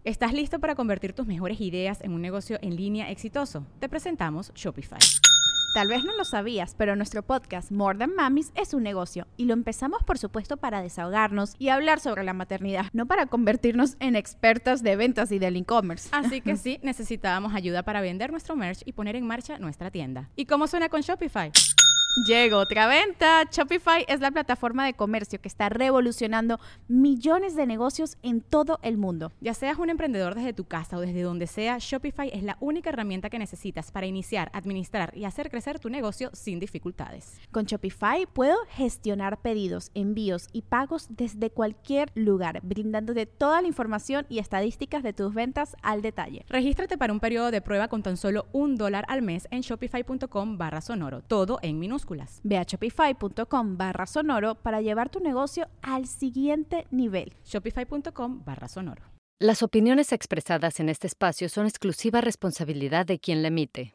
¿Estás listo para convertir tus mejores ideas en un negocio en línea exitoso? Te presentamos Shopify. Tal vez no lo sabías, pero nuestro podcast More Than Mamis es un negocio y lo empezamos por supuesto para desahogarnos y hablar sobre la maternidad, no para convertirnos en expertas de ventas y del e-commerce. Así que sí, necesitábamos ayuda para vender nuestro merch y poner en marcha nuestra tienda. ¿Y cómo suena con Shopify? Llegó otra venta. Shopify es la plataforma de comercio que está revolucionando millones de negocios en todo el mundo. Ya seas un emprendedor desde tu casa o desde donde sea, Shopify es la única herramienta que necesitas para iniciar, administrar y hacer crecer tu negocio sin dificultades. Con Shopify puedo gestionar pedidos, envíos y pagos desde cualquier lugar, brindándote toda la información y estadísticas de tus ventas al detalle. Regístrate para un periodo de prueba con tan solo $1 al mes en shopify.com/sonoro, todo en minúsculas. Ve a shopify.com/sonoro para llevar tu negocio al siguiente nivel. Shopify.com/sonoro. Las opiniones expresadas en este espacio son exclusiva responsabilidad de quien la emite.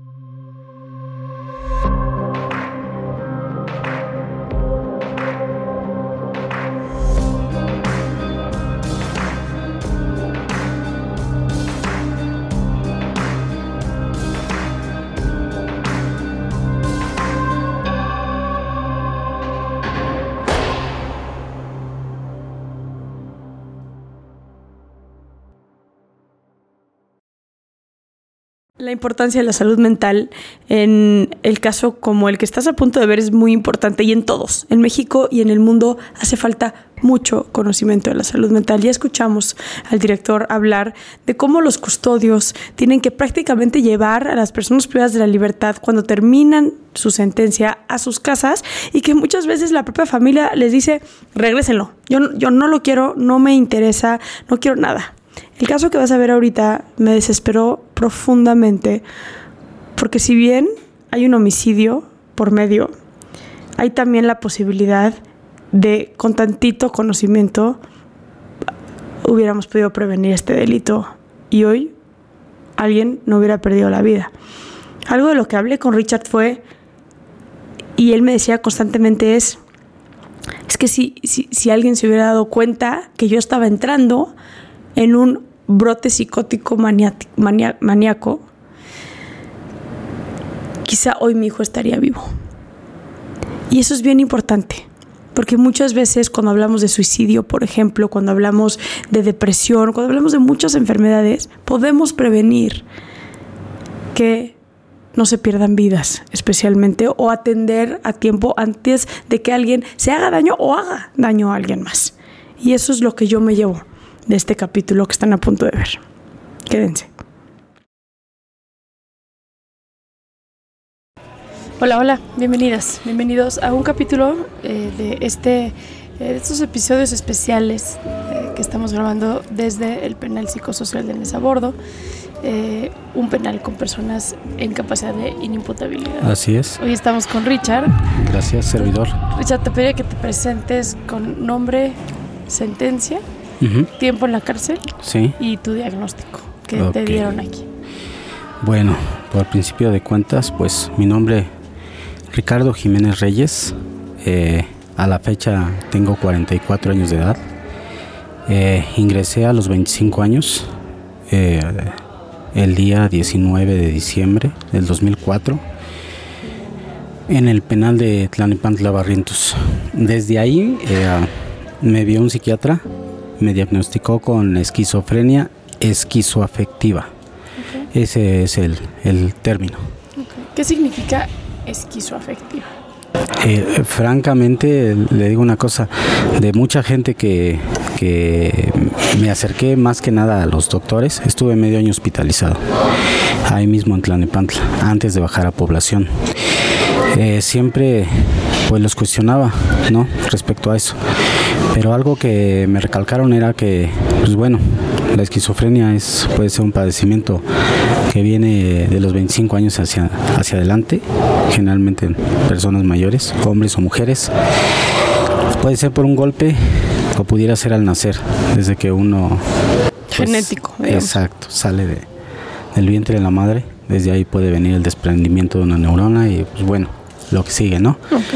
La importancia de la salud mental en el caso como el que estás a punto de ver es muy importante, y en todos, en México y en el mundo hace falta mucho conocimiento de la salud mental. Ya escuchamos al director hablar de cómo los custodios tienen que prácticamente llevar a las personas privadas de la libertad cuando terminan su sentencia a sus casas, y que muchas veces la propia familia les dice: regrésenlo, yo no lo quiero, no me interesa, no quiero nada. El caso que vas a ver ahorita me desesperó profundamente, porque si bien hay un homicidio por medio, hay también la posibilidad de, con tantito conocimiento, hubiéramos podido prevenir este delito y hoy alguien no hubiera perdido la vida. Algo de lo que hablé con Richard fue, y él me decía constantemente, es que si alguien se hubiera dado cuenta que yo estaba entrando en un brote psicótico maníaco, quizá hoy mi hijo estaría vivo. Y eso es bien importante, porque muchas veces cuando hablamos de suicidio, por ejemplo, cuando hablamos de depresión, cuando hablamos de muchas enfermedades, podemos prevenir que no se pierdan vidas, especialmente, o atender a tiempo antes de que alguien se haga daño o haga daño a alguien más. Y eso es lo que yo me llevo de este capítulo que están a punto de ver. Quédense. Hola, bienvenidos a un capítulo de estos episodios especiales que estamos grabando desde el penal psicosocial de Mesa Bordo, un penal con personas en capacidad de inimputabilidad. Así es. Hoy estamos con Richard. Gracias, servidor. Richard, te pediría que te presentes con nombre, sentencia, tiempo en la cárcel, sí, y tu diagnóstico que te dieron aquí. Bueno, por principio de cuentas, pues mi nombre, Ricardo Jiménez Reyes. A la fecha tengo 44 años de edad. Ingresé a los 25 años, el día 19 de diciembre del 2004, en el penal de Tlalnepantla, Barrientos. Desde ahí me vio un psiquiatra. Me diagnosticó con esquizofrenia esquizoafectiva. Okay. Ese es el término. Okay. ¿Qué significa esquizoafectiva? Francamente, le digo una cosa, de mucha gente que me acerqué más que nada a los doctores, estuve medio año hospitalizado, ahí mismo en Tlalnepantla, antes de bajar a población. Siempre pues los cuestionaba, ¿no?, respecto a eso, pero algo que me recalcaron era que, pues bueno, la esquizofrenia puede ser un padecimiento que viene de los 25 años hacia adelante, generalmente en personas mayores, hombres o mujeres. Puede ser por un golpe o pudiera ser al nacer, desde que uno... genético. Exacto, sale del vientre de la madre, desde ahí puede venir el desprendimiento de una neurona y pues bueno, lo que sigue, ¿no? Okay.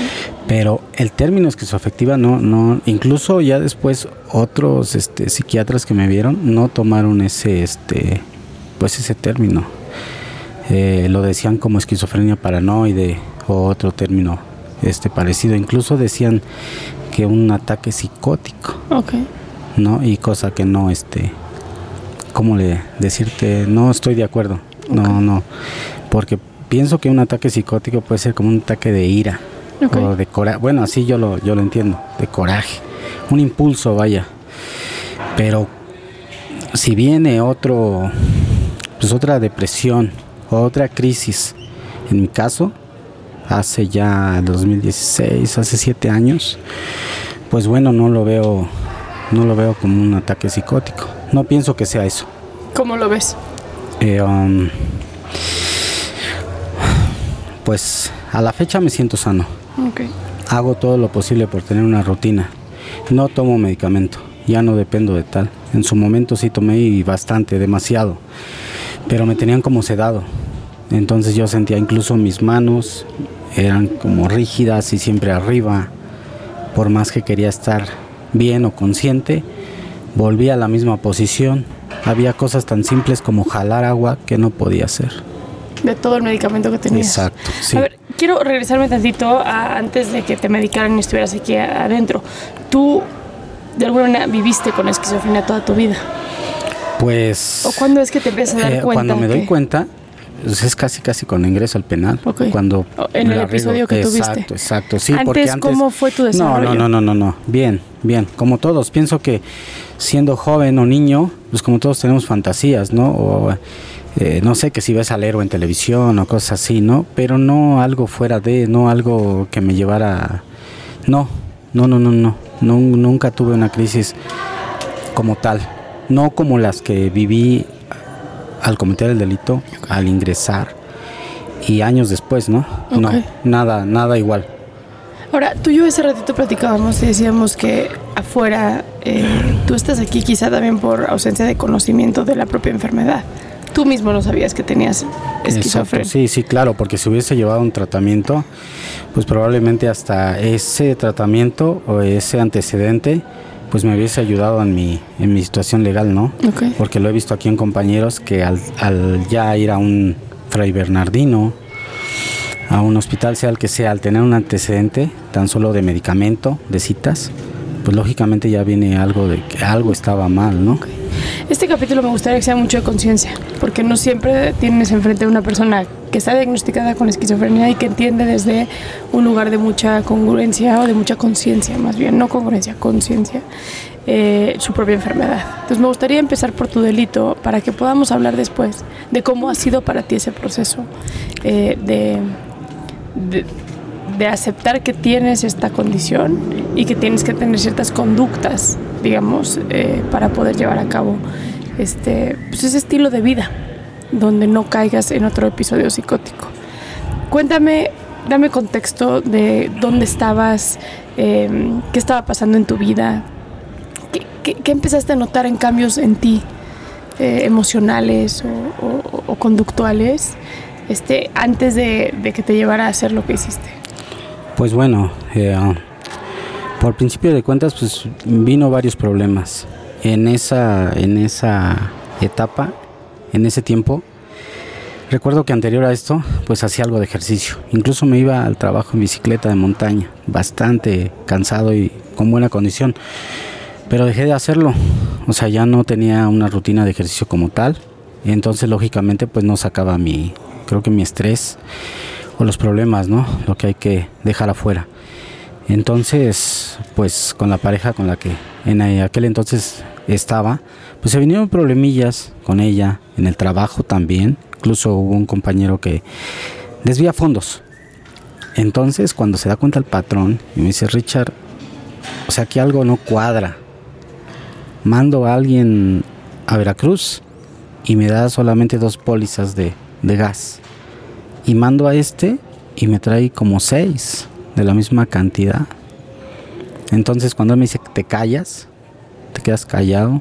Pero el término esquizoafectiva no, incluso ya después otros psiquiatras que me vieron no tomaron ese término. Lo decían como esquizofrenia paranoide o otro término parecido. Incluso decían que un ataque psicótico. Okay. ¿No? Y cosa que no, ¿cómo decirte? No estoy de acuerdo. Okay. No, porque pienso que un ataque psicótico puede ser como un ataque de ira. Okay. O de coraje. Bueno, así yo lo entiendo, de coraje. Un impulso, vaya. Pero si viene otra depresión, otra crisis, en mi caso, hace ya 2016, hace 7 años, pues bueno, no lo veo como un ataque psicótico. No pienso que sea eso. ¿Cómo lo ves? Pues a la fecha me siento sano. Okay. Hago todo lo posible por tener una rutina. No tomo medicamento, ya no dependo de tal. En su momento sí tomé y bastante, demasiado, pero me tenían como sedado. Entonces yo sentía incluso mis manos eran como rígidas y siempre arriba. Por más que quería estar bien o consciente, volvía a la misma posición. Había cosas tan simples como jalar agua que no podía hacer. De todo el medicamento que tenías. Exacto, sí. A ver, quiero regresarme tantito antes de que te medicaran y estuvieras aquí adentro. ¿Tú de alguna manera viviste con esquizofrenia toda tu vida? Pues... ¿O cuándo es que te empiezas a dar cuenta? Cuando me doy cuenta, pues es casi cuando ingreso al penal. Okay. Cuando en el episodio que tuviste. Exacto, sí. Antes, ¿cómo fue tu desarrollo? No. Bien. Como todos. Pienso que siendo joven o niño, pues como todos tenemos fantasías, ¿no? O no sé, que si ves al héroe en televisión o cosas así, ¿no? Pero no algo fuera de, no algo que me llevara... No. Nunca tuve una crisis como tal. No como las que viví al cometer el delito, al ingresar y años después, ¿no? Okay. No, nada igual. Ahora, tú y yo ese ratito platicábamos y decíamos que afuera tú estás aquí quizá también por ausencia de conocimiento de la propia enfermedad. Tú mismo no sabías que tenías esquizofrenia. Exacto, sí, claro, porque si hubiese llevado un tratamiento, pues probablemente hasta ese tratamiento o ese antecedente pues me hubiese ayudado en mi situación legal, ¿no? Okay. Porque lo he visto aquí en compañeros que al ya ir a un Fray Bernardino, a un hospital, sea el que sea, al tener un antecedente tan solo de medicamento, de citas, pues lógicamente ya viene algo de que algo estaba mal, ¿no? Okay. Este capítulo me gustaría que sea mucho de conciencia, porque no siempre tienes enfrente a una persona que está diagnosticada con esquizofrenia y que entiende desde un lugar de mucha congruencia o de mucha conciencia, más bien, no congruencia, conciencia, su propia enfermedad. Entonces me gustaría empezar por tu delito para que podamos hablar después de cómo ha sido para ti ese proceso de aceptar que tienes esta condición y que tienes que tener ciertas conductas, digamos, para poder llevar a cabo pues ese estilo de vida donde no caigas en otro episodio psicótico. Cuéntame, dame contexto de dónde estabas, qué estaba pasando en tu vida, qué empezaste a notar en cambios en ti, emocionales o conductuales, antes de que te llevara a hacer lo que hiciste. Pues bueno, por principio de cuentas, pues vino varios problemas. En esa etapa, en ese tiempo, recuerdo que anterior a esto, pues hacía algo de ejercicio. Incluso me iba al trabajo en bicicleta de montaña, bastante cansado y con buena condición. Pero dejé de hacerlo, o sea, ya no tenía una rutina de ejercicio como tal. Y entonces, lógicamente, pues no sacaba creo que mi estrés o los problemas, ¿no? Lo que hay que dejar afuera. Entonces, pues con la pareja con la que en aquel entonces estaba, pues se vinieron problemillas con ella, en el trabajo también. Incluso hubo un compañero que desvía fondos. Entonces, cuando se da cuenta el patrón y me dice: Richard, o sea, que algo no cuadra. Mando a alguien a Veracruz y me da solamente 2 pólizas de gas. Y mando a y me trae como 6 de la misma cantidad. Entonces, cuando él me dice que te callas, te quedas callado.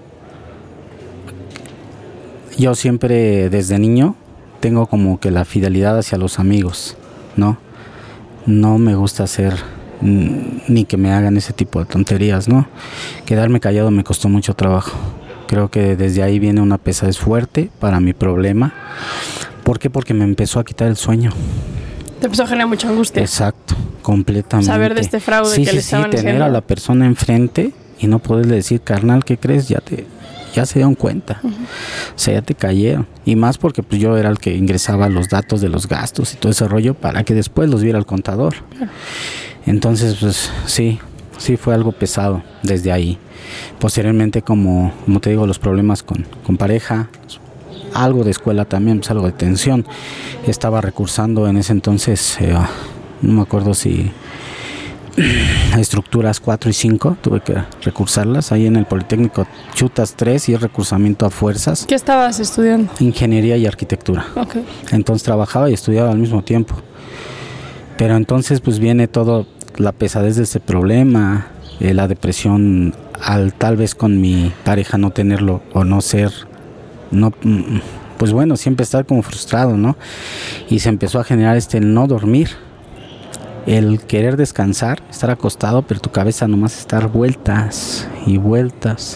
Yo siempre, desde niño, tengo como que la fidelidad hacia los amigos, ¿no? No me gusta ser ni que me hagan ese tipo de tonterías, ¿no? Quedarme callado me costó mucho trabajo. Creo que desde ahí viene una pesadez fuerte para mi problema. ¿Por qué? Porque me empezó a quitar el sueño. Te empezó a generar mucha angustia. Exacto, completamente. Saber de este fraude que le estaban haciendo. Tener a la persona enfrente y no poderle decir, carnal, ¿qué crees? Ya se dieron cuenta. O sea, ya te cayeron. Y más porque pues, yo era el que ingresaba los datos de los gastos y todo ese rollo para que después los viera el contador. Entonces, pues sí fue algo pesado desde ahí. Posteriormente, como te digo, los problemas con pareja, algo de escuela también, pues algo de tensión. Estaba recursando en ese entonces, no me acuerdo si estructuras 4 y 5, tuve que recursarlas. Ahí en el Politécnico chutas 3 y es recursamiento a fuerzas. ¿Qué estabas estudiando? Ingeniería y arquitectura. Okay. Entonces trabajaba y estudiaba al mismo tiempo. Pero entonces pues viene todo la pesadez de ese problema, la depresión al tal vez con mi pareja no tenerlo o no ser, pues bueno, siempre estar como frustrado, ¿no? Y se empezó a generar el no dormir, el querer descansar, estar acostado, pero tu cabeza nomás estar vueltas y vueltas.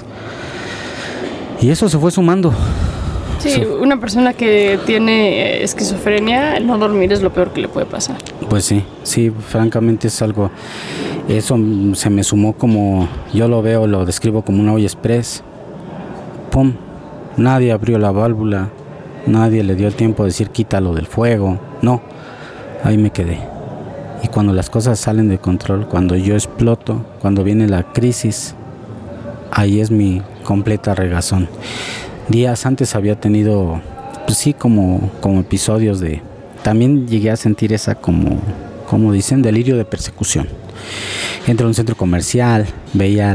Y eso se fue sumando. Sí, una persona que tiene esquizofrenia, el no dormir es lo peor que le puede pasar. Pues sí, francamente es algo, eso se me sumó como, yo lo veo, lo describo como una olla express. ¡Pum! Nadie abrió la válvula, nadie le dio el tiempo de decir quítalo del fuego, no, ahí me quedé. Y cuando las cosas salen de control, cuando yo exploto, cuando viene la crisis, ahí es mi completa regazón. Días antes había tenido, pues sí, como episodios de... También llegué a sentir esa como dicen, delirio de persecución. Entré a un centro comercial, veía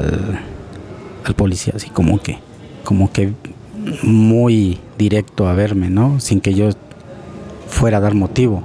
al policía así como que muy directo a verme, ¿no? Sin que yo fuera a dar motivo.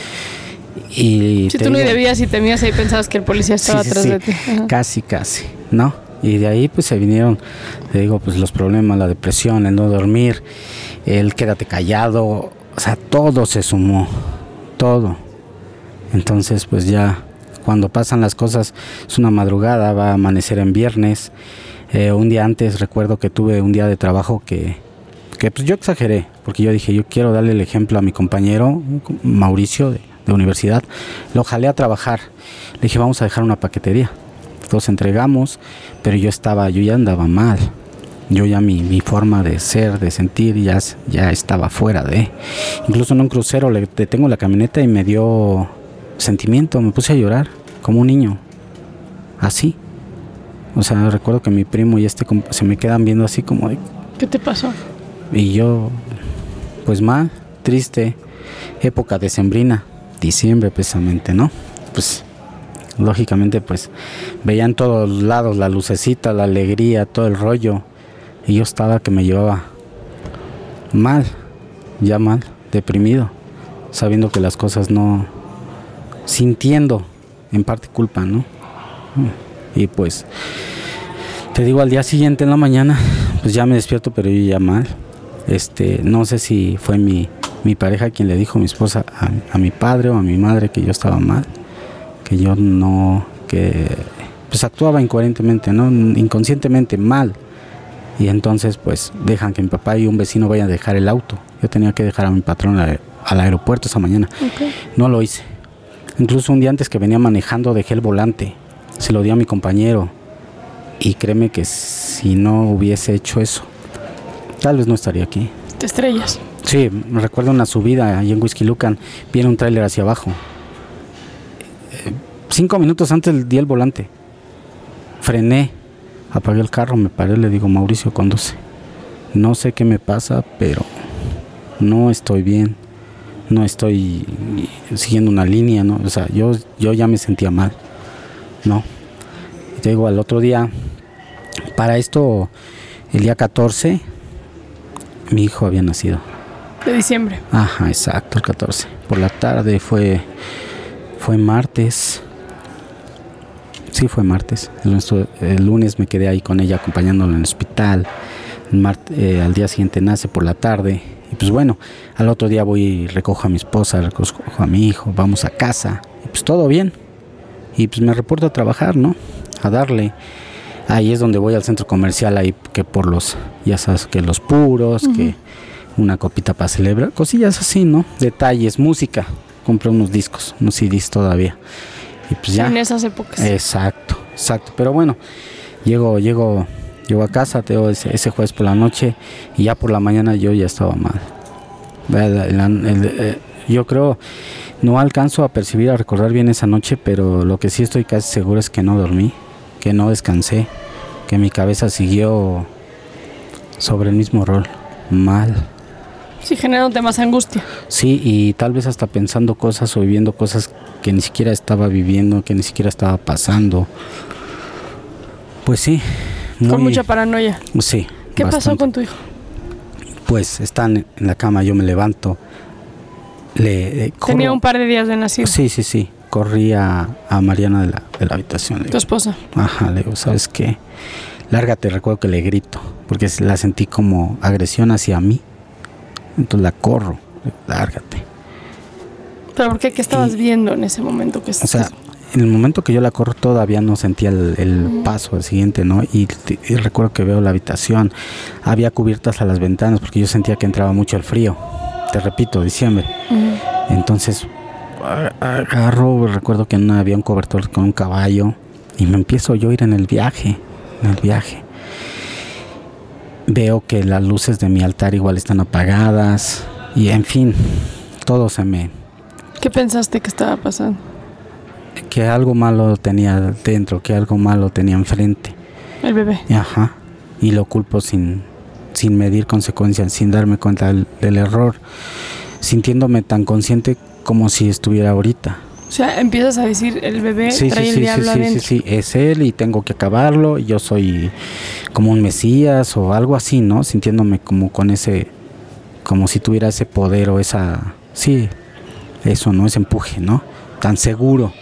Y si tú no debías y temías ahí pensabas que el policía estaba atrás de ti. Ajá. Casi, ¿no? Y de ahí pues se vinieron, te digo, pues los problemas, la depresión, el no dormir, el quédate callado, o sea, todo se sumó, todo. Entonces pues ya cuando pasan las cosas, es una madrugada, va a amanecer en viernes. Un día antes recuerdo que tuve un día de trabajo que pues yo exageré, porque yo dije, yo quiero darle el ejemplo a mi compañero Mauricio de universidad. Lo jalé a trabajar, le dije, vamos a dejar una paquetería. Los entregamos, pero yo ya andaba mal. Yo ya mi forma de ser, de sentir, ya estaba fuera de. Incluso en un crucero le detengo la camioneta y me dio sentimiento, me puse a llorar como un niño, así. O sea, recuerdo que mi primo y se me quedan viendo así como de... ¿Qué te pasó? Y yo, pues mal, triste, época decembrina, diciembre precisamente, ¿no? Pues... lógicamente pues veía en todos lados la lucecita, la alegría, todo el rollo, y yo estaba que me llevaba mal, deprimido, sabiendo que las cosas no, sintiendo en parte culpa, ¿no? Y pues te digo, al día siguiente en la mañana pues ya me despierto, pero yo ya mal. No sé si fue mi pareja quien le dijo a mi esposa, a mi padre o a mi madre que yo estaba mal, que yo no, que pues actuaba incoherentemente, ¿no? Inconscientemente mal. Y entonces pues dejan que mi papá y un vecino vayan a dejar el auto. Yo tenía que dejar a mi patrón al aeropuerto esa mañana. Okay. No lo hice. Incluso un día antes que venía manejando dejé el volante, se lo di a mi compañero, y créeme que si no hubiese hecho eso, tal vez no estaría aquí. ¿Te estrellas? Sí, me recuerdo una subida ahí en Whisky Lucan, viene un tráiler hacia abajo. 5 minutos antes di el volante, frené, apagué el carro, me paré, le digo, Mauricio, conduce. No sé qué me pasa, pero no estoy bien, no estoy siguiendo una línea, ¿no? O sea, yo ya me sentía mal, ¿no? Y te digo, al otro día, para esto, el día 14, mi hijo había nacido. ¿De diciembre? Ajá, exacto, el 14. Por la tarde fue martes. Sí, fue martes. El lunes me quedé ahí con ella acompañándola en el hospital. Al día siguiente nace por la tarde. Y pues bueno, al otro día voy y recojo a mi esposa, recojo a mi hijo, vamos a casa. Y pues todo bien. y pues me reporto a trabajar, ¿no? A darle. Ahí es donde voy al centro comercial, ahí que por los, ya sabes, que los puros, que una copita para celebrar, cosillas así, ¿no? Detalles, música. Compré unos discos, unos CDs todavía. Y pues ya. En esas épocas. Exacto. Pero bueno, llego a casa, ese jueves por la noche, y ya por la mañana yo ya estaba mal. Yo creo, no alcanzo a percibir, a recordar bien esa noche, pero lo que sí estoy casi seguro es que no dormí, que no descansé, que mi cabeza siguió sobre el mismo rol, mal. Sí, generándote más angustia. Sí, y tal vez hasta pensando cosas o viviendo cosas que ni siquiera estaba viviendo, que ni siquiera estaba pasando. Pues sí. Con mucha paranoia. Sí. ¿Qué pasó con tu hijo? Pues están en la cama, yo me levanto. Tenía un par de días de nacido. Sí. Corrí a Mariana de la habitación. ¿Tu esposa? Ajá, le digo, ¿sabes qué? Lárgate, recuerdo que le grito, porque la sentí como agresión hacia mí. Entonces la corro, lárgate. ¿Pero por qué? ¿Qué estabas viendo en ese momento? O sea, en el momento que yo la corro todavía no sentía el paso, el siguiente, ¿no? Y recuerdo que veo la habitación, había cubiertas a las ventanas porque yo sentía que entraba mucho el frío. Te repito, diciembre. Entonces agarro, recuerdo que había un cobertor con un caballo y me empiezo yo a ir en el viaje. Veo que las luces de mi altar igual están apagadas y en fin, todo se me... ¿Qué pensaste que estaba pasando? Que algo malo tenía dentro, que algo malo tenía enfrente. El bebé. Ajá. Y lo culpo sin medir consecuencias, sin darme cuenta del error, sintiéndome tan consciente como si estuviera ahorita. O sea, empiezas a decir, el bebé trae el diablo adentro. Sí, es él y tengo que acabarlo, y yo soy como un mesías o algo así, ¿no? Sintiéndome como con ese, como si tuviera ese poder o esa, eso, ¿no? Ese empuje, ¿no? Tan seguro.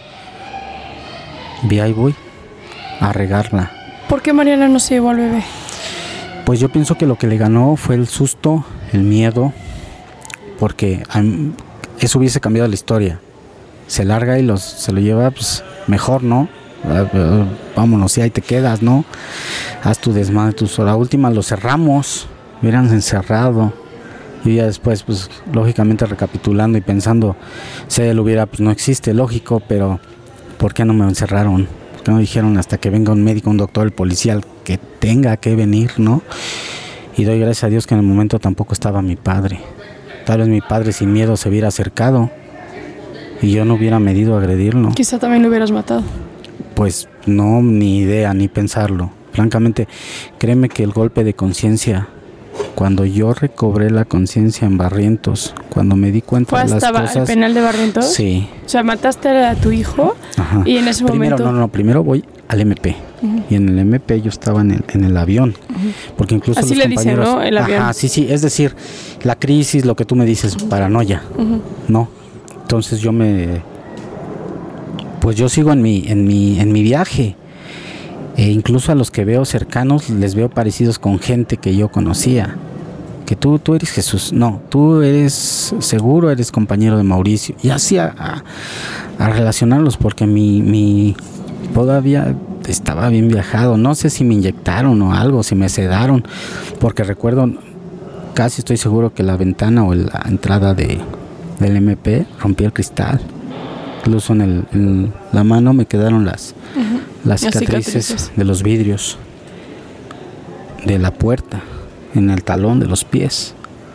Y ahí voy a regarla. ¿Por qué Mariana no se llevó al bebé? Pues yo pienso que lo que le ganó fue el susto, el miedo, porque eso hubiese cambiado la historia. Se larga y se lo lleva, pues mejor, ¿no? Vámonos, y ahí te quedas, ¿no? Haz tu desmadre, la última lo cerramos, hubieran encerrado. Y ya después, pues lógicamente recapitulando y pensando, si él hubiera, pues no existe, lógico, pero ¿por qué no me encerraron? ¿Por qué no dijeron hasta que venga un médico, un doctor, el policial, que tenga que venir, ¿no? Y doy gracias a Dios que en el momento tampoco estaba mi padre. Tal vez mi padre sin miedo se hubiera acercado y yo no hubiera medido agredirlo. Quizá también lo hubieras matado. Pues no, ni idea, ni pensarlo. Francamente, créeme que el golpe de conciencia, cuando yo recobré la conciencia en Barrientos, cuando me di cuenta de las cosas... ¿Fue hasta el penal de Barrientos? Sí. O sea, mataste a tu hijo. Ajá. Y en ese momento... Primero voy al MP. Y en el MP yo estaba en el avión. Porque incluso así los le compañeros... dicen, ¿no? El avión. Ajá, sí, es decir, la crisis, lo que tú me dices, paranoia, ¿no? Entonces pues yo sigo en mi viaje. E incluso a los que veo cercanos les veo parecidos con gente que yo conocía. Que tú eres Jesús, no, tú eres seguro, eres compañero de Mauricio. Y así a relacionarlos, porque mi todavía estaba bien viajado. No sé si me inyectaron o algo, si me sedaron, porque recuerdo, casi estoy seguro que la ventana o la entrada del MP rompí el cristal. Incluso en la mano me quedaron las cicatrices de los vidrios de la puerta, en el talón de los pies.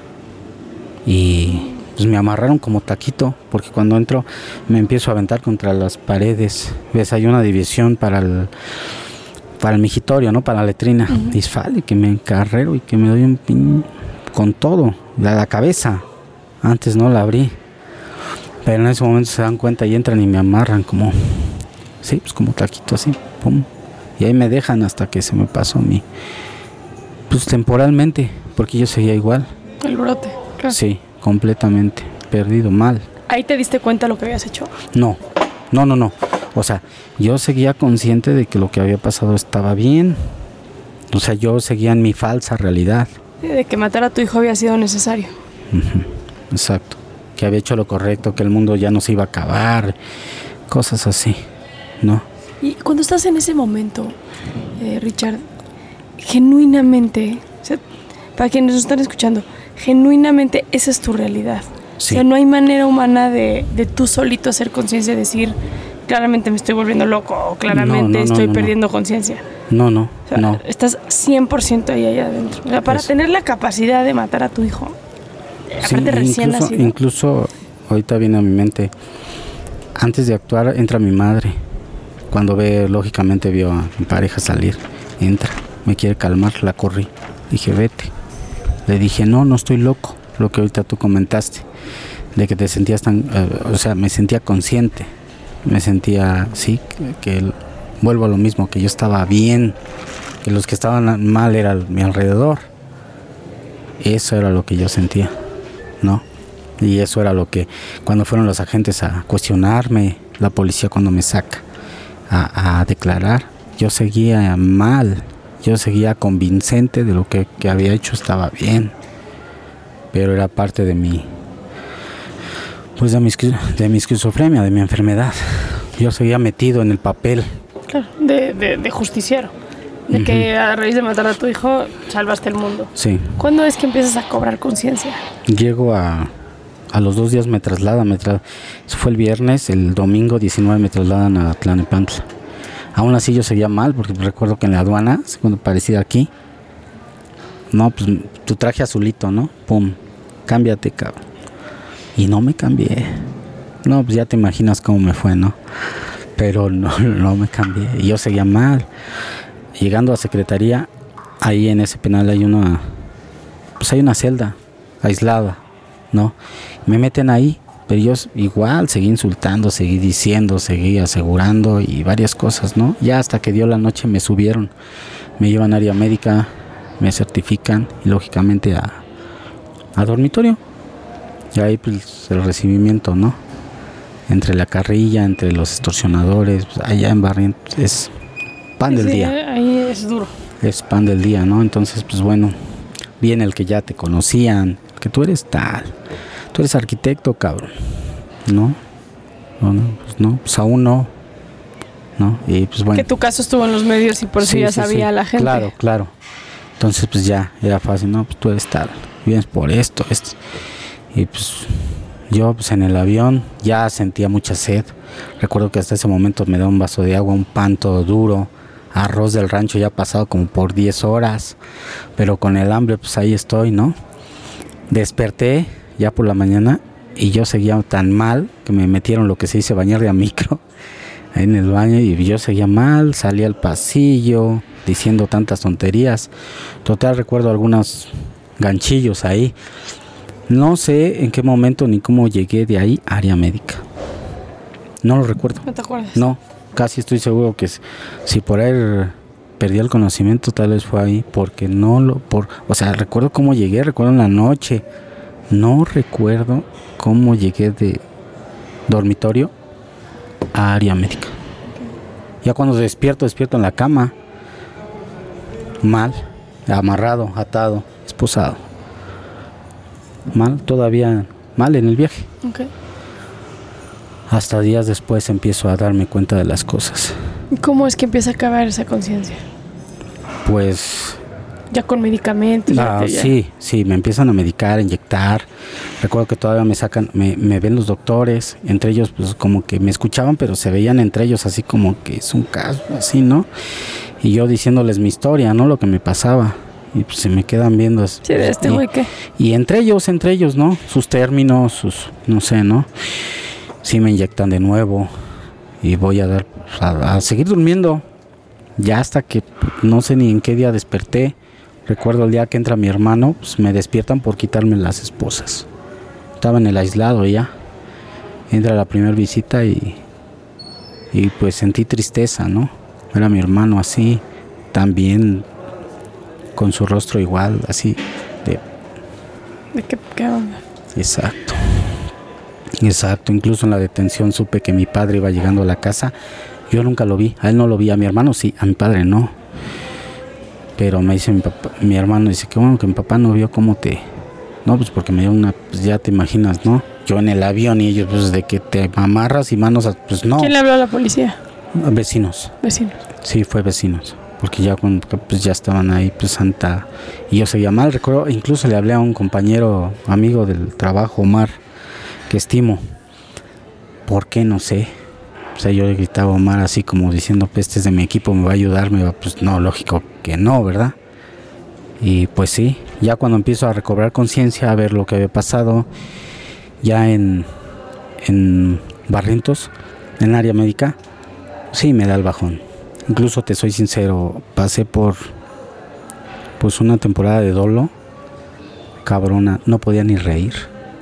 Y pues me amarraron como taquito, porque cuando entro me empiezo a aventar contra las paredes. Ves, hay una división para el migitorio, ¿no? Para la letrina. Y sale que me encarrero y que me doy un pin con todo, la cabeza. Antes no la abrí, pero en ese momento se dan cuenta y entran y me amarran como, sí, pues como taquito así, pum. Y ahí me dejan hasta que se me pasó pues temporalmente, porque yo seguía igual. El brote, claro. Sí, completamente, perdido, mal. ¿Ahí te diste cuenta de lo que habías hecho? No. O sea, yo seguía consciente de que lo que había pasado estaba bien. O sea, yo seguía en mi falsa realidad. De que matar a tu hijo había sido necesario. Exacto. Que había hecho lo correcto, que el mundo ya no se iba a acabar. Cosas así. no. Y cuando estás en ese momento, Richard, genuinamente, o sea, para quienes nos están escuchando, genuinamente esa es tu realidad. Sí. O sea, no hay manera humana de tú solito hacer conciencia y decir, claramente me estoy volviendo loco o claramente estoy perdiendo conciencia. No. O sea, estás 100% ahí allá adentro. O sea, para tener la capacidad de matar a tu hijo, aparte recién nacido. Incluso ahorita viene a mi mente, antes de actuar entra mi madre. Cuando lógicamente vio a mi pareja salir, entra, me quiere calmar, la corrí. Dije, vete. Le dije, no estoy loco, lo que ahorita tú comentaste, de que te sentías me sentía consciente, me sentía, sí, que vuelvo a lo mismo, que yo estaba bien, que los que estaban mal era mi alrededor. Eso era lo que yo sentía, ¿no? Y eso era lo que, cuando fueron los agentes a cuestionarme, la policía cuando me saca a declarar, yo seguía mal, yo seguía convincente de lo que había hecho estaba bien, pero era parte de mi, pues de mi esquizofrenia, de mi enfermedad. Yo seguía metido en el papel. Claro, de justiciero. De que a raíz de matar a tu hijo salvaste el mundo. Sí. ¿Cuándo es que empiezas a cobrar conciencia? Llego a los 2 días me trasladan. Eso fue el viernes, el domingo 19 me trasladan a Tlalnepantla. Aún así yo seguía mal, porque recuerdo que en la aduana, cuando aparecía aquí, no, pues tu traje azulito, ¿no? Pum, cámbiate, cabrón. Y no me cambié. No, pues ya te imaginas cómo me fue, ¿no? Pero no me cambié. Y yo seguía mal. Llegando a Secretaría, ahí en ese penal hay una celda aislada, ¿no? Me meten ahí, pero yo igual seguí insultando, seguí diciendo, seguí asegurando y varias cosas, ¿no? Ya hasta que dio la noche me subieron, me llevan a área médica, me certifican y lógicamente a dormitorio. Y ahí pues el recibimiento, ¿no? Entre la carrilla, entre los extorsionadores, pues, allá en Barrientos es pan del día. Ahí es duro. Es pan del día, ¿no? Entonces, pues bueno, viene el que ya te conocían, que tú eres tal, tú eres arquitecto, cabrón, ¿no? Pues aún no, y pues bueno. Que tu caso estuvo en los medios y por eso ya sabía la gente. Claro. Entonces, pues ya, era fácil, ¿no? Pues tú eres tal, vienes por esto. Y pues yo, pues en el avión, ya sentía mucha sed. Recuerdo que hasta ese momento me da un vaso de agua, un pan todo duro, arroz del rancho ya pasado como por 10 horas, pero con el hambre pues ahí estoy, ¿no? Desperté ya por la mañana y yo seguía tan mal que me metieron lo que se dice bañar de a micro ahí en el baño y yo seguía mal, salí al pasillo diciendo tantas tonterías. Total, recuerdo algunos ganchillos ahí. No sé en qué momento ni cómo llegué de ahí a área médica. No lo recuerdo. ¿No te acuerdas? No, casi estoy seguro que si por ahí perdí el conocimiento, tal vez fue ahí, porque recuerdo cómo llegué, recuerdo en la noche. No recuerdo cómo llegué de dormitorio a área médica. Ya cuando despierto en la cama, mal, amarrado, atado, esposado. Mal, todavía mal en el viaje. Okay. Hasta días después empiezo a darme cuenta de las cosas. ¿Y cómo es que empieza a acabar esa conciencia? Pues ya con medicamentos. Sí, me empiezan a medicar, a inyectar. Recuerdo que todavía me ven los doctores, entre ellos pues como que me escuchaban, pero se veían entre ellos así como que es un caso, así, ¿no? Y yo diciéndoles mi historia, ¿no? Lo que me pasaba. Y pues se me quedan viendo. Sí, de este güey, ¿qué? Y entre ellos, ¿no? Sus términos, no sé, ¿no? Sí me inyectan de nuevo y voy a seguir durmiendo. Ya hasta que no sé ni en qué día desperté. Recuerdo el día que entra mi hermano, pues me despiertan por quitarme las esposas. Estaba en el aislado ya. Entra la primera visita y pues sentí tristeza, ¿no? Era mi hermano así, también con su rostro igual, así ¿De qué onda? Exacto, incluso en la detención supe que mi padre iba llegando a la casa. Yo nunca lo vi, a él no lo vi, a mi hermano sí, a mi padre no. Pero me dice mi hermano, dice que bueno que mi papá no vio cómo no, pues porque me dio pues ya te imaginas, ¿no? Yo en el avión y ellos pues de que te amarras y manos, pues no. ¿Quién le habló a la policía? Vecinos. Vecinos. Sí, fue vecinos. Porque ya cuando pues ya estaban ahí, pues Santa, y yo seguía mal. Recuerdo, incluso le hablé a un compañero, amigo del trabajo, Omar, que estimo. ¿Por qué? No sé. O sea, yo le gritaba a Omar así como diciendo, pues este es de mi equipo, me va a ayudar, pues no, lógico que no, ¿verdad? Y pues sí, ya cuando empiezo a recobrar conciencia, a ver lo que había pasado, ya en Barrientos, en el área médica, sí me da el bajón. Incluso te soy sincero, pasé por pues una temporada de dolo cabrona, no podía ni reír.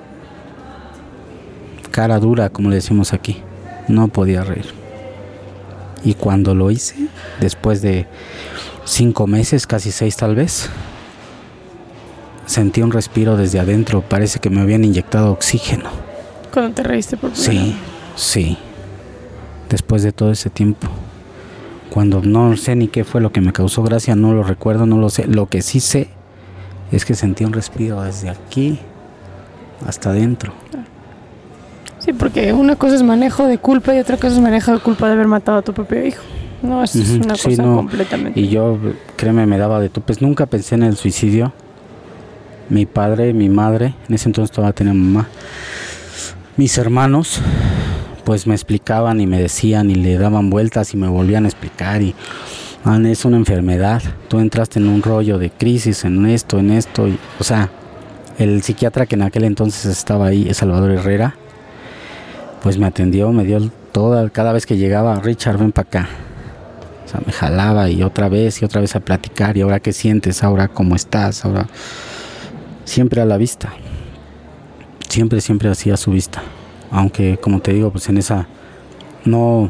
Cara dura, como le decimos aquí, no podía reír. Y cuando lo hice, después de 5 meses, casi 6 tal vez, sentí un respiro desde adentro, parece que me habían inyectado oxígeno. ¿Cuándo te reíste por primera vez? Sí, después de todo ese tiempo. Cuando no sé ni qué fue lo que me causó gracia, no lo recuerdo, no lo sé. Lo que sí sé es que sentí un respiro desde aquí hasta adentro. Sí, porque una cosa es manejo de culpa y otra cosa es manejo de culpa de haber matado a tu propio hijo. No, eso es una cosa completamente. Y yo, créeme, me daba de topes. Nunca pensé en el suicidio. Mi padre, mi madre, en ese entonces todavía tenía mamá. Mis hermanos, pues me explicaban y me decían y le daban vueltas y me volvían a explicar y es una enfermedad, tú entraste en un rollo de crisis, en esto, y, o sea, el psiquiatra que en aquel entonces estaba ahí, Salvador Herrera, pues me atendió, me dio cada vez que llegaba, Richard, ven para acá, o sea, me jalaba y otra vez a platicar, y ahora qué sientes, ahora cómo estás, ahora, siempre a la vista, siempre hacía su vista. Aunque, como te digo, pues en esa, no,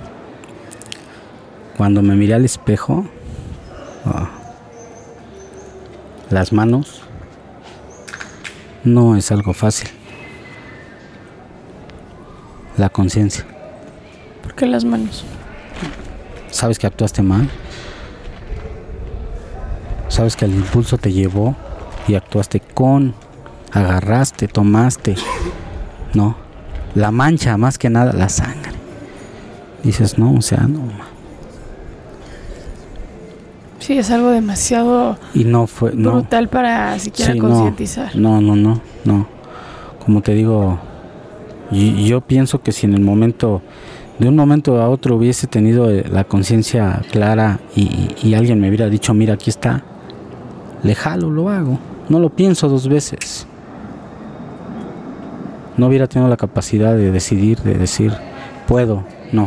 cuando me miré al espejo, las manos, no es algo fácil. La conciencia. ¿Por qué las manos? ¿Sabes que actuaste mal? ¿Sabes que el impulso te llevó y actuaste agarraste, tomaste? No. La mancha, más que nada, la sangre. Dices, no, o sea, no. Sí, es algo demasiado y no fue, brutal para siquiera concientizar. No. Como te digo, yo pienso que si en el momento, de un momento a otro hubiese tenido la conciencia clara y alguien me hubiera dicho, mira, aquí está, le jalo, lo hago. No lo pienso 2 veces. No hubiera tenido la capacidad de decidir, de decir, puedo, no.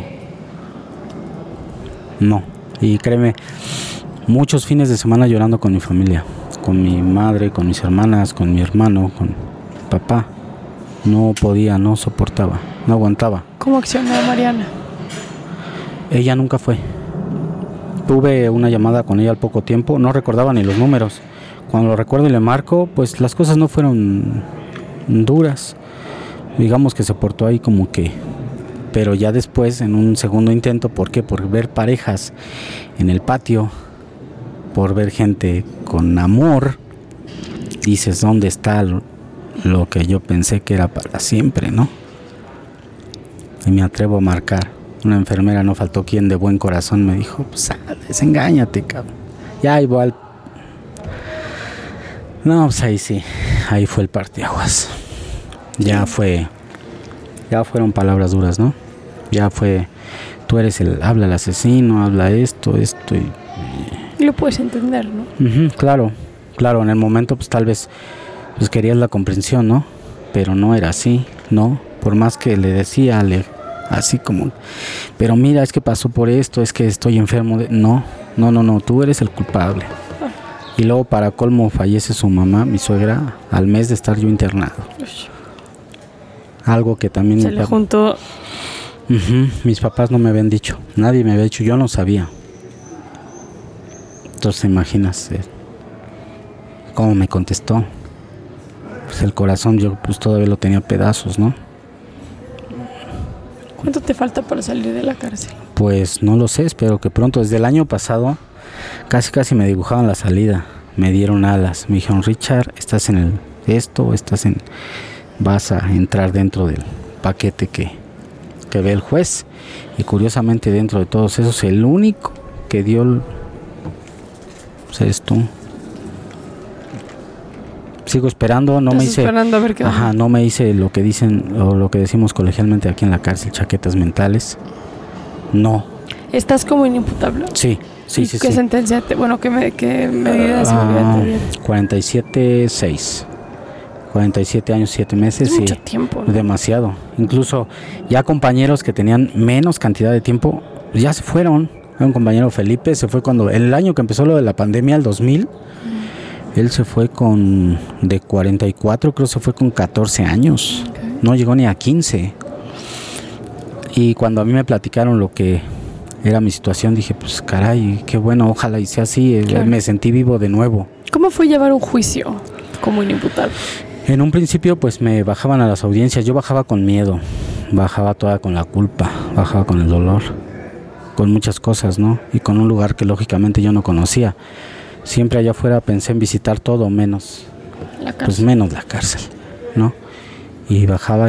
Y créeme, muchos fines de semana llorando con mi familia, con mi madre, con mis hermanas, con mi hermano, con papá. No podía, no soportaba, no aguantaba. ¿Cómo accionó Mariana? Ella nunca fue. Tuve una llamada con ella al poco tiempo, no recordaba ni los números. Cuando lo recuerdo y le marco, pues las cosas no fueron duras. Digamos que se portó ahí como que, pero ya después en un segundo intento, ¿por qué? Por ver parejas en el patio, por ver gente con amor, dices, ¿dónde está lo que yo pensé que era para siempre, no? Y me atrevo a marcar. Una enfermera, no faltó quien de buen corazón me dijo, pues desengáñate, cabrón. Ya igual. No, pues ahí sí, ahí fue el parteaguas. Ya fueron palabras duras, ¿no? Ya fue, tú eres habla el asesino, habla esto y lo puedes entender, ¿no? Claro, en el momento pues tal vez pues querías la comprensión, ¿no? Pero no era así, ¿no? Por más que le decía, así como, pero mira, es que pasó por esto, es que estoy enfermo, no, tú eres el culpable. Y luego para colmo fallece su mamá, mi suegra, al mes de estar yo internado. Algo que también se le juntó. Mis papás no me habían dicho, nadie me había dicho, yo no sabía. Entonces imaginas cómo me contestó. Pues el corazón yo pues todavía lo tenía a pedazos, ¿no? ¿Cuánto te falta para salir de la cárcel? Pues no lo sé, espero que pronto. Desde el año pasado casi me dibujaban la salida, me dieron alas, me dijeron, Richard, estás en vas a entrar dentro del paquete que que ve el juez. Y curiosamente dentro de todos esos, el único que dio pues eres tú. Sigo esperando, no me hice esperando a ver qué onda. no me hice lo que dicen o lo que decimos colegialmente aquí en la cárcel, chaquetas mentales. No. ¿Estás como inimputable? Sí. ¿Qué sentencia qué medida de seguridad te dieron? 47.6. 47 años, 7 meses. Es mucho tiempo, ¿no? Demasiado. Incluso ya compañeros que tenían menos cantidad de tiempo, ya se fueron. Hay un compañero, Felipe, se fue cuando el año que empezó lo de la pandemia, el 2000. Él se fue de 44, creo se fue con 14 años. Okay. No llegó ni a 15. Y cuando a mí me platicaron lo que era mi situación, dije, pues caray, qué bueno, ojalá y sea así. Claro. Me sentí vivo de nuevo. ¿Cómo fue llevar un juicio como inimputable? En un principio pues me bajaban a las audiencias, yo bajaba con miedo, bajaba toda con la culpa, bajaba con el dolor, con muchas cosas, ¿no? Y con un lugar que lógicamente yo no conocía. Siempre allá afuera pensé en visitar todo menos menos la cárcel, ¿no? Y bajaba,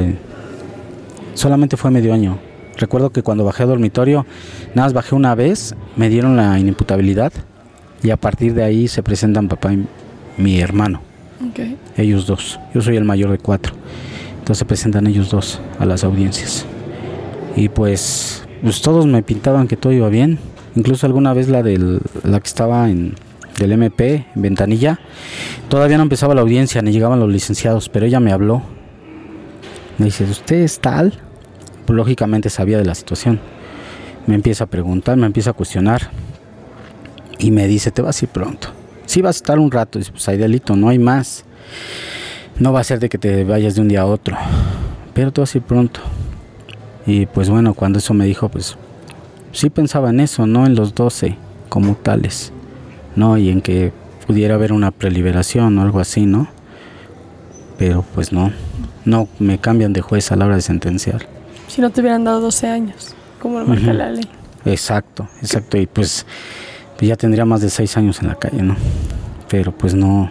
solamente fue medio año. Recuerdo que cuando bajé a dormitorio, nada más bajé una vez, me dieron la inimputabilidad y a partir de ahí se presentan papá y mi hermano. Okay. Ellos dos, yo soy el mayor de 4, entonces se presentan ellos dos a las audiencias y pues todos me pintaban que todo iba bien, incluso alguna vez la que estaba del MP en Ventanilla, todavía no empezaba la audiencia ni llegaban los licenciados, pero ella me habló, me dice, ¿usted es tal? Pues lógicamente sabía de la situación, me empieza a preguntar, me empieza a cuestionar y me dice, te vas a ir pronto. Sí vas a estar un rato, dice, pues hay delito, no hay más. No va a ser de que te vayas de un día a otro, pero te vas a ir pronto. Y pues bueno, cuando eso me dijo, pues sí pensaba en eso, no en los 12 como tales, ¿no? Y en que pudiera haber una preliberación o algo así, ¿no? Pero pues no me cambian de juez a la hora de sentenciar. Si no te hubieran dado 12 años, como lo marca la ley. Exacto, y pues ya tendría más de 6 años en la calle, ¿no? Pero pues no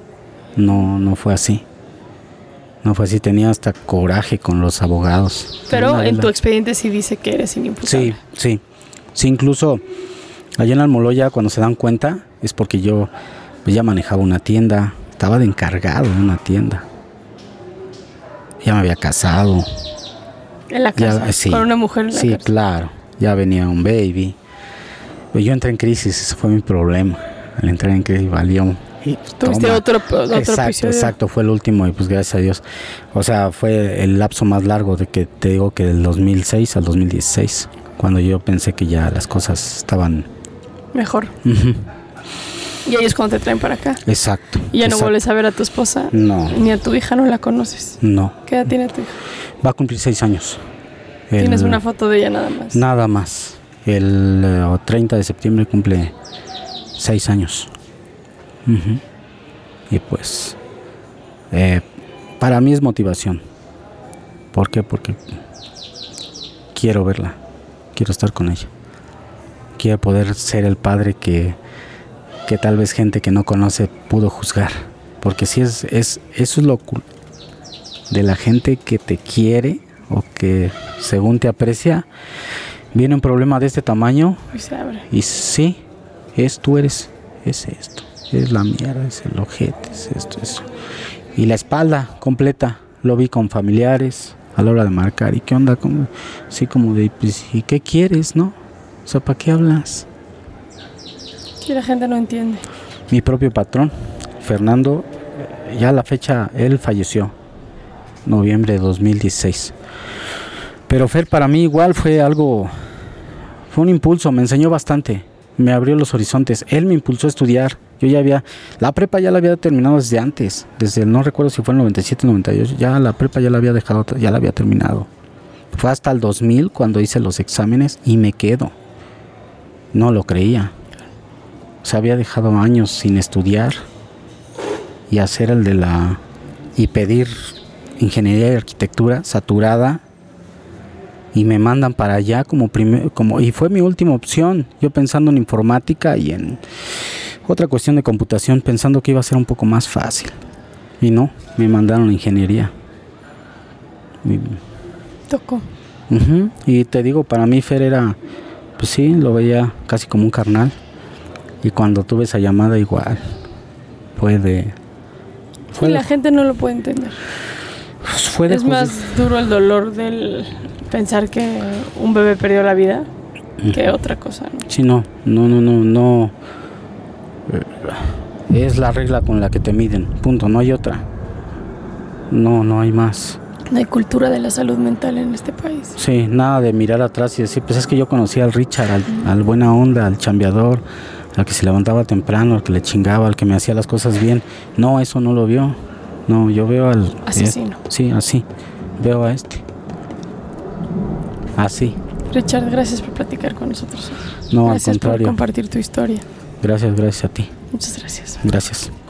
fue así. No fue así, tenía hasta coraje con los abogados. Pero en tu expediente sí dice que eres inimputable. Sí, incluso allá en Almoloya cuando se dan cuenta es porque yo ya manejaba una tienda, estaba de encargado de una tienda. Ya me había casado. ¿En la casa? Sí, ¿Con una mujer en la cárcel? Sí, claro, ya venía un baby. Yo entré en crisis, ese fue mi problema. Al entrar en crisis valió. ¿Tuviste otro episodio? Exacto, fue el último y pues gracias a Dios. O sea, fue el lapso más largo de que te digo que del 2006 al 2016, cuando yo pensé que ya las cosas estaban mejor. Y ahí es cuando te traen para acá. Exacto. Y ya no vuelves a ver a tu esposa. No. Ni a tu hija, no la conoces. No. ¿Qué edad tiene tu hija? Va a cumplir 6 años. ¿Tienes una foto de ella nada más? Nada más. El 30 de septiembre cumple 6 años. Y pues para mí es motivación. ¿Por qué? Porque quiero verla, quiero estar con ella, quiero poder ser el padre que tal vez gente que no conoce pudo juzgar, porque si eso es lo cool de la gente que te quiere o que según te aprecia. Viene un problema de este tamaño y se abre. Y sí, tú eres, es esto, es la mierda, es el ojete, es esto, eso. Y la espalda completa, lo vi con familiares a la hora de marcar. ¿Y qué onda? Así como de, pues, ¿y qué quieres, no? O sea, ¿para qué hablas? Sí, la gente no entiende. Mi propio patrón, Fernando, ya a la fecha, él falleció, noviembre de 2016. Pero Fer para mí igual fue un impulso, me enseñó bastante, me abrió los horizontes, él me impulsó a estudiar. Yo la prepa ya la había terminado desde antes, no recuerdo si fue en el 97, 98, ya la prepa ya la había dejado, ya la había terminado. Fue hasta el 2000 cuando hice los exámenes y me quedo. No lo creía. O sea, había dejado años sin estudiar y hacer y pedir ingeniería y arquitectura saturada. Y me mandan para allá y fue mi última opción, yo pensando en informática y en otra cuestión de computación, pensando que iba a ser un poco más fácil. Y no, me mandaron a ingeniería. Tocó. Uh-huh. Y te digo, para mí Fer era, pues sí, lo veía casi como un carnal. Y cuando tuve esa llamada igual, Y la gente no lo puede entender. Es más duro el dolor del pensar que un bebé perdió la vida que otra cosa, ¿no? Sí, no. Es la regla con la que te miden, punto, no hay otra. No hay más. No hay cultura de la salud mental en este país. Sí, nada de mirar atrás y decir, pues es que yo conocí al Richard, al buena onda, al chambeador, al que se levantaba temprano, al que le chingaba, al que me hacía las cosas bien. No, eso no lo vio. No, yo veo al asesino. Sí, así. Veo a este. Así. Richard, gracias por platicar con nosotros. No, gracias al contrario. Por compartir tu historia. Gracias a ti. Muchas gracias. Gracias.